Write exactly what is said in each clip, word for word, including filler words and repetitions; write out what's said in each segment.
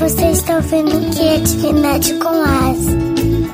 Você está ouvindo Criatividade com Asa.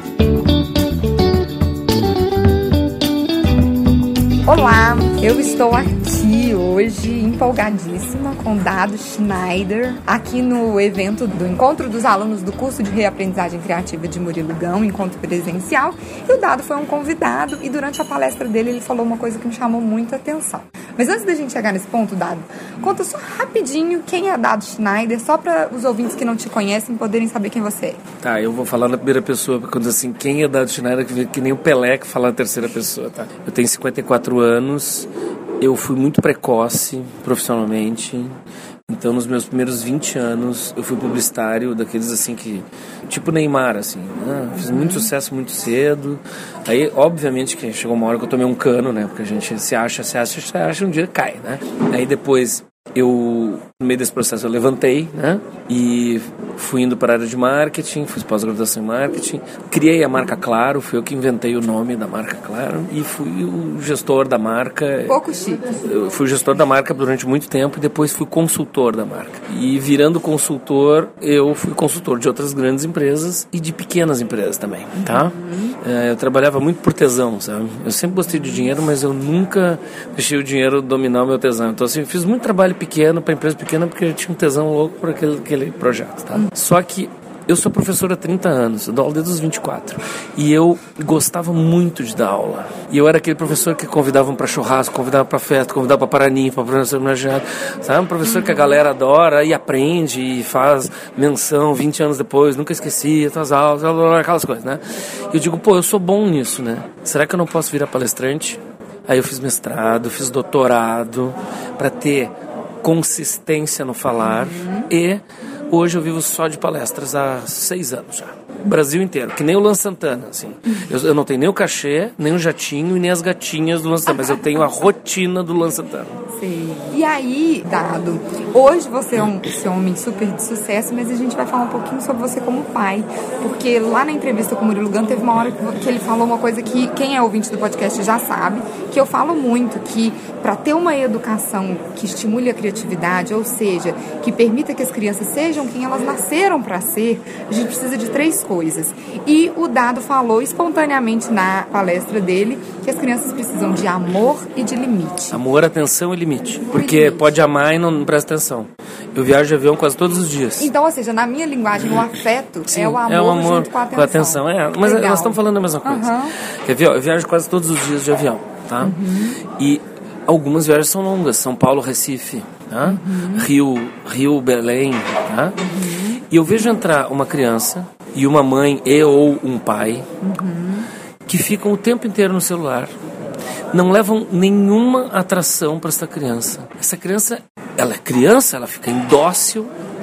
Olá, eu estou aqui hoje empolgadíssima com o Dado Schneider, aqui no evento do Encontro dos Alunos do Curso de Reaprendizagem Criativa de Murilo Gun, encontro presencial, e o Dado foi um convidado e durante a palestra dele ele falou uma coisa que me chamou muito a atenção. Mas antes da gente chegar nesse ponto, Dado, conta só rapidinho quem é Dado Schneider, só para os ouvintes que não te conhecem poderem saber quem você é. Tá, eu vou falar na primeira pessoa, porque quando assim, quem é Dado Schneider, que, que nem o Pelé que fala na terceira pessoa, tá? Eu tenho cinquenta e quatro anos, eu fui muito precoce profissionalmente, então nos meus primeiros vinte anos eu fui publicitário, daqueles assim que, tipo Neymar, assim, né? Fiz muito sucesso muito cedo, aí obviamente que chegou uma hora que eu tomei um cano, né, porque a gente se acha, se acha, se acha, um dia cai, né, aí depois eu, no meio desse processo eu levantei, né, e fui indo para a área de marketing, fiz pós-graduação em marketing, criei a marca Claro, fui eu que inventei o nome da marca Claro e fui o gestor da marca. Pouco chique. Eu fui gestor da marca durante muito tempo e depois fui consultor da marca. E virando consultor, eu fui consultor de outras grandes empresas e de pequenas empresas também, tá? Uhum. É, eu trabalhava muito por tesão, sabe? Eu sempre gostei de dinheiro, mas eu nunca deixei o dinheiro dominar o meu tesão. Então assim, eu fiz muito trabalho pequeno para empresa pequena porque eu tinha um tesão louco por aquele, aquele projeto, tá? Uhum. Só que eu sou professor há trinta anos, eu dou aula desde os vinte e quatro, e eu gostava muito de dar aula. E eu era aquele professor que convidavam para churrasco, convidava para festa, convidava para paraninfo, para professor homenageado, sabe? Um professor que a galera adora e aprende e faz menção vinte anos depois, nunca esqueci as aulas, aquelas coisas, né? E eu digo, pô, eu sou bom nisso, né? Será que eu não posso virar palestrante? Aí eu fiz mestrado, fiz doutorado, para ter consistência no falar, uhum. E hoje eu vivo só de palestras há seis anos já. Brasil inteiro, que nem o Luan Santana, assim. Eu, eu não tenho nem o cachê, nem o jatinho e nem as gatinhas do Luan Santana, mas eu tenho a rotina do Luan Santana. Sim. E aí, Dado, hoje você é um, você é um homem super de sucesso, mas a gente vai falar um pouquinho sobre você como pai, porque lá na entrevista com o Murilo Gun teve uma hora que, que ele falou uma coisa que quem é ouvinte do podcast já sabe, que eu falo muito, que para ter uma educação que estimule a criatividade, ou seja, que permita que as crianças sejam quem elas nasceram para ser, a gente precisa de três coisas. E o Dado falou espontaneamente na palestra dele que as crianças precisam de amor e de limite. Amor, atenção e limite. Porque limite. Pode amar e não, não presta atenção. Eu viajo de avião quase todos os dias. Então, ou seja, na minha linguagem, o afeto Sim, é o amor, é o amor junto com a atenção. Com a atenção é. Mas Legal. Nós estamos falando a mesma coisa. Uhum. Quer ver? Eu viajo quase todos os dias de avião, tá? Uhum. E algumas viagens são longas. São Paulo, Recife, tá? Uhum. Rio, Rio, Belém, tá? Uhum. E eu vejo entrar uma criança e uma mãe e ou um pai uhum. que ficam o tempo inteiro no celular, não levam nenhuma atração para essa criança. Essa criança, ela é criança, ela fica indócil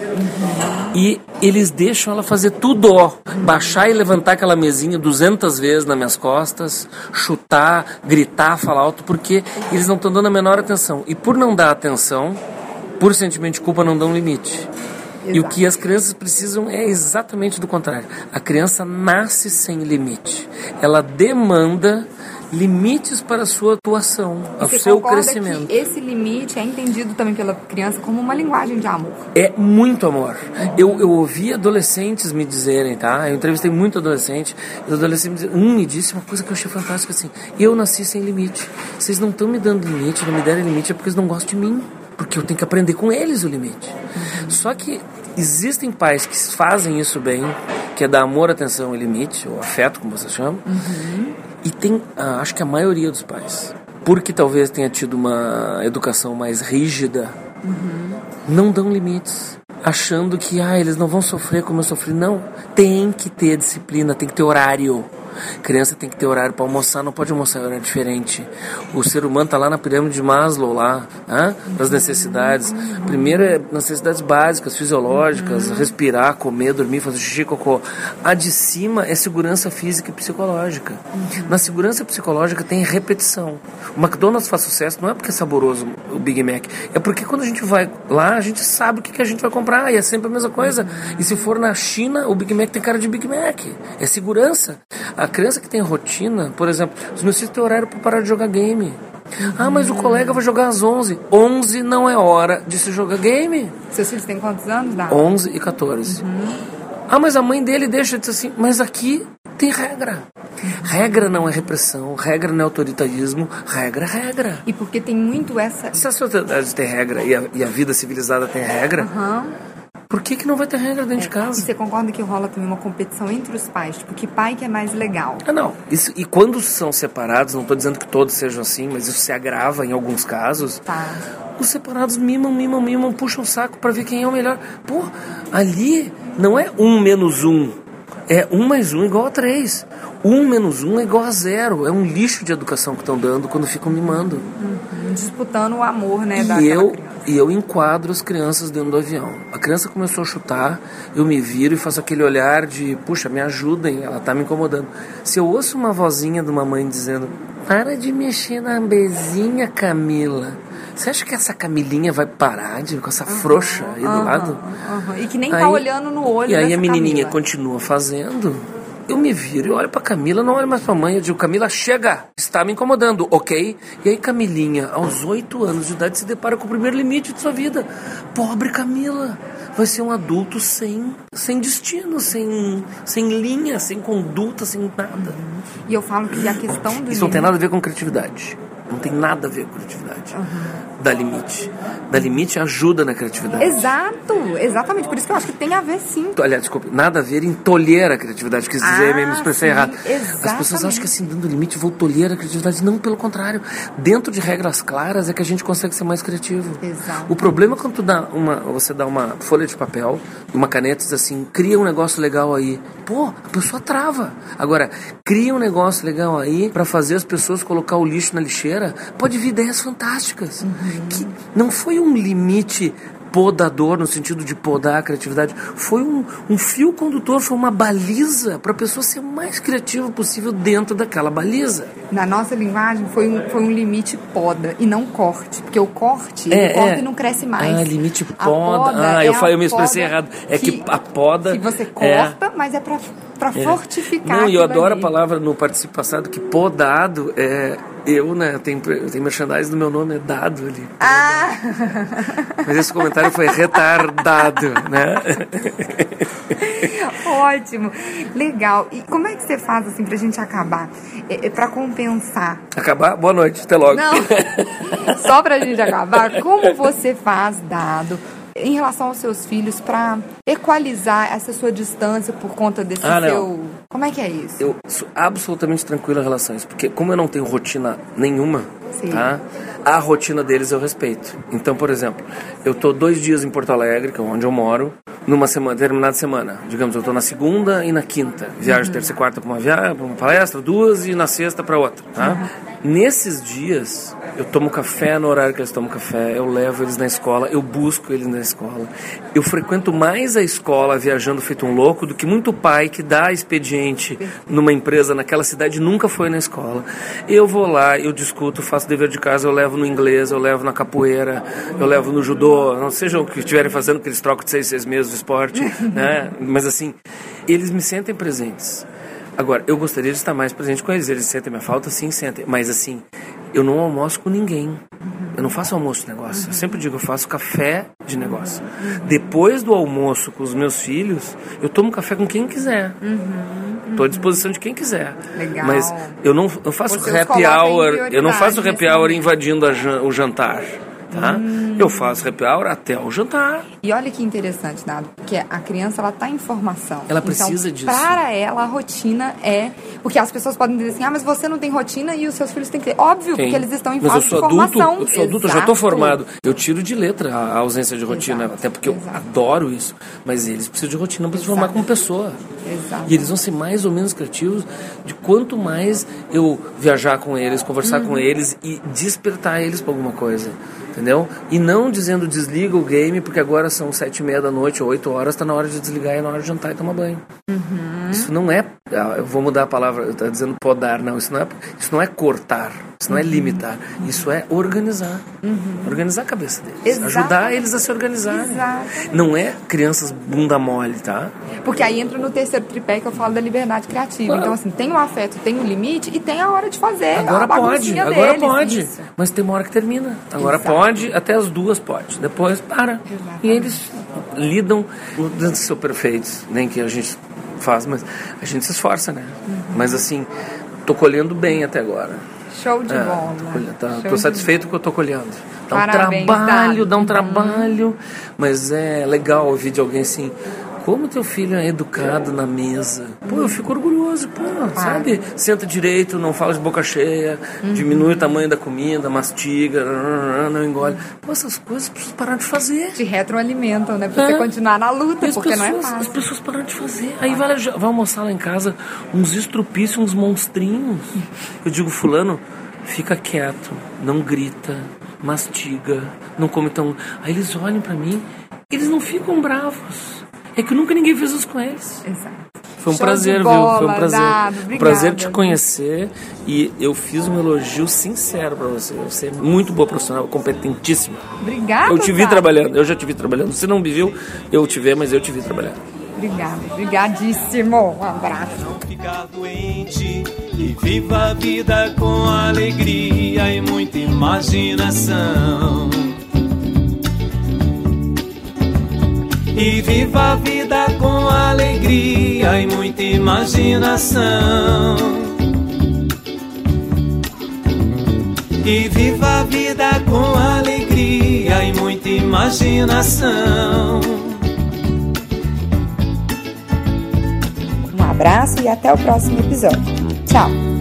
uhum. e eles deixam ela fazer tudo, ó, baixar e levantar aquela mesinha duzentas vezes nas minhas costas, chutar, gritar, falar alto, porque eles não estão dando a menor atenção. E por não dar atenção, por sentimento de culpa, não dão limite. Exato. E o que as crianças precisam é exatamente do contrário. A criança nasce sem limite. Ela demanda limites para a sua atuação, ao seu crescimento. Que esse limite é entendido também pela criança como uma linguagem de amor? É muito amor. Eu, eu ouvi adolescentes me dizerem, tá? Eu entrevistei muito adolescente, e os adolescentes me diziam, um me disse uma coisa que eu achei fantástica, assim, eu nasci sem limite. Vocês não estão me dando limite, não me derem limite, é porque eles não gostam de mim. Porque eu tenho que aprender com eles o limite. Uhum. Só que existem pais que fazem isso bem, que é dar amor, atenção e limite, ou afeto, como você chama. Uhum. E tem, ah, acho que a maioria dos pais, porque talvez tenha tido uma educação mais rígida, uhum. não dão limites, achando que ah, eles não vão sofrer como eu sofri. Não, tem que ter disciplina, tem que ter horário. Criança tem que ter horário para almoçar, não pode almoçar em horário diferente. O ser humano está lá na pirâmide de Maslow, lá, né? Das necessidades. Primeiro é necessidades básicas, fisiológicas, respirar, comer, dormir, fazer xixi, cocô. A de cima é segurança física e psicológica. Na segurança psicológica tem repetição. O McDonald's faz sucesso não é porque é saboroso o Big Mac, é porque quando a gente vai lá, a gente sabe o que a gente vai comprar, e é sempre a mesma coisa. E se for na China, o Big Mac tem cara de Big Mac. É segurança. A criança que tem rotina, por exemplo, os meus filhos têm horário para parar de jogar game. Ah, mas o colega vai jogar às onze. onze não é hora de se jogar game. Seus filhos têm quantos anos, Dado? onze e quatorze. Uhum. Ah, mas a mãe dele deixa de ser assim. Mas aqui tem regra. Regra não é repressão, regra não é autoritarismo, regra é regra. E porque tem muito essa... Se a sociedade tem regra e a, e a vida civilizada tem regra, uhum. por que que não vai ter regra dentro é. de casa? E você concorda que rola também uma competição entre os pais? Tipo, que pai que é mais legal? Ah, não. Isso, e quando são separados, não estou dizendo que todos sejam assim, mas isso se agrava em alguns casos. Tá. Os separados mimam, mimam, mimam, puxam o saco para ver quem é o melhor. Pô, ali não é um menos um. É um mais um igual a três. Um menos um é igual a zero. É um lixo de educação que estão dando quando ficam mimando. Uhum. Disputando o amor, né, e da eu criança. E eu enquadro as crianças dentro do avião. A criança começou a chutar, eu me viro e faço aquele olhar de, puxa, me ajudem, ela tá me incomodando. Se eu ouço uma vozinha de uma mãe dizendo, para de mexer na bezinha, Camila. Você acha que essa Camilinha vai parar de, com essa uhum, frouxa aí uhum, do lado? Uhum. E que nem aí, tá olhando no olho. E aí a menininha Camila. Continua fazendo. Eu me viro e olho pra Camila, não olho mais pra mãe. Eu digo, Camila, chega, está me incomodando, ok? E aí Camilinha, aos oito anos de idade, se depara com o primeiro limite de sua vida. Pobre Camila, vai ser um adulto sem, sem destino, sem, sem linha, sem conduta, sem nada. Uhum. E eu falo que a questão do Isso limite... não tem nada a ver com criatividade. Não tem nada a ver com criatividade. Uhum. Dá limite. Dá limite ajuda na criatividade. Exato, exatamente. Por isso que eu acho que tem a ver sim. Aliás, desculpa, nada a ver em tolher a criatividade. Quis dizer, ah, me expressei sim, errado. Exatamente. As pessoas acham que assim, dando limite, vou tolher a criatividade. Não, pelo contrário. Dentro de regras claras é que a gente consegue ser mais criativo. Exato. O problema é quando tu dá uma, você dá uma folha de papel, uma caneta e diz assim, cria um negócio legal aí. Pô, a pessoa trava. Agora, cria um negócio legal aí pra fazer as pessoas colocar o lixo na lixeira. Pode vir ideias fantásticas. Uhum. Que não foi um limite podador no sentido de podar a criatividade, foi um, um fio condutor, foi uma baliza para a pessoa ser o mais criativa possível dentro daquela baliza. Na nossa linguagem foi um, foi um limite poda e não corte, porque o corte, é, o corte é. não cresce mais. Ah, limite poda. poda ah, é eu, falei, eu me expressei poda errado. É que, que a poda... Que você corta, é, mas é para para é. fortificar. Não, e eu adoro ali. a palavra no participo passado que podado é eu, né? Tem, tem merchandising do meu nome, é dado ali. Ah! Mas esse comentário foi retardado, né? Ótimo, legal. E como é que você faz assim pra gente acabar? É, é pra compensar. Acabar? Boa noite, até logo. Não, só pra gente acabar, como você faz, Dado, em relação aos seus filhos para equalizar essa sua distância por conta desse ah, seu... Não. Como é que é isso? Eu sou absolutamente tranquilo em relação a isso, porque como eu não tenho rotina nenhuma, Sim. tá? A rotina deles eu respeito. Então, por exemplo, eu tô dois dias em Porto Alegre, que é onde eu moro, numa semana, determinada semana. Digamos, eu tô na segunda e na quinta. Viajo uhum. terça e quarta para uma viagem, para uma palestra, duas e na sexta para outra, tá? Uhum. Nesses dias, eu tomo café no horário que eles tomam café, eu levo eles na escola, eu busco eles na escola. Eu frequento mais a escola viajando feito um louco do que muito pai que dá expediente numa empresa naquela cidade e nunca foi na escola. Eu vou lá, eu discuto, faço dever de casa, eu levo no inglês, eu levo na capoeira, eu levo no judô, não seja o que estiverem fazendo, que eles trocam de seis, seis meses de esporte, né? Mas assim, eles me sentem presentes. Agora, eu gostaria de estar mais presente com eles. Eles sentem minha falta? Sim, sentem. Mas assim, eu não almoço com ninguém. Eu não faço almoço de negócio. Eu sempre digo, eu faço café de negócio. Depois do almoço com os meus filhos, eu tomo café com quem quiser. Estou à disposição de quem quiser. Legal. Mas eu não eu faço Vocês happy hour. Eu não faço nesse happy hour momento. invadindo a jan- o jantar. Tá? Hum. Eu faço happy hour até o jantar. E olha que interessante, Dado, porque a criança ela tá em formação. Ela precisa então, disso. Para ela, a rotina é... Porque as pessoas podem dizer assim, ah, mas você não tem rotina e os seus filhos têm que ter. Óbvio, Tem. porque eles estão em mas fase eu sou de adulto, formação. Eu sou adulto, eu já estou formado. Eu tiro de letra a ausência de rotina, Exato. até porque Exato. eu adoro isso. Mas eles precisam de rotina para se formar como pessoa. Exato. E eles vão ser mais ou menos criativos de quanto mais eu viajar com eles, conversar uhum. com eles e despertar eles para alguma coisa. Entendeu? E não dizendo desliga o game porque agora são sete e meia da noite ou oito horas, tá na hora de desligar e é na hora de jantar e tomar banho. Uhum. Isso não é, eu vou mudar a palavra, eu tô dizendo podar, não, isso não é, isso não é cortar, isso não é limitar, isso é organizar. Uhum. Organizar a cabeça deles. Exato. Ajudar eles a se organizarem. Exato. Não é crianças bunda mole, tá? Porque aí entra no terceiro tripé que eu falo da liberdade criativa. Ah. Então, assim, tem o afeto, tem o limite e tem a hora de fazer. Agora pode, agora deles, pode. Isso. Mas tem uma hora que termina. Agora Exato. Pode, até as duas pode. Depois para. Exatamente. E eles lidam dentro de ser perfeitos. Nem que a gente faz, mas a gente se esforça, né? Uhum. Mas assim, tô colhendo bem até agora. Show de é, bola. Tô, colhendo, tá, tô satisfeito com o que eu tô colhendo. Dá Parabéns, um trabalho, Dado. dá um trabalho, mas é legal ouvir de alguém assim, como teu filho é educado na mesa. Pô, eu fico orgulhoso, pô, ah. sabe? Senta direito, não fala de boca cheia, uhum. diminui o tamanho da comida, mastiga, não engole. Pô, essas coisas precisam parar de fazer. Te retroalimentam, né? Pra é. você continuar na luta, porque pessoas, não é fácil. As pessoas param de fazer. Aí vai, vai almoçar lá em casa uns estrupícios, uns monstrinhos. Eu digo, fulano, fica quieto, não grita, mastiga, não come tão... Aí eles olham pra mim, eles não ficam bravos. É que nunca ninguém fez isso com eles. Exato. Foi um Show prazer, bola, viu? Foi um prazer. Dado, um prazer te conhecer. E eu fiz um elogio sincero pra você. Você é muito boa profissional, competentíssima. Obrigada. Eu te vi Dado. trabalhando, eu já te vi trabalhando. Você não me viu, eu te vi, mas eu te vi trabalhando. Obrigada, obrigadíssimo. Um abraço. Não ficar doente e viva a vida com alegria e muita imaginação. E viva a vida com alegria e muita imaginação. E viva a vida com alegria e muita imaginação. Um abraço e até o próximo episódio. Tchau!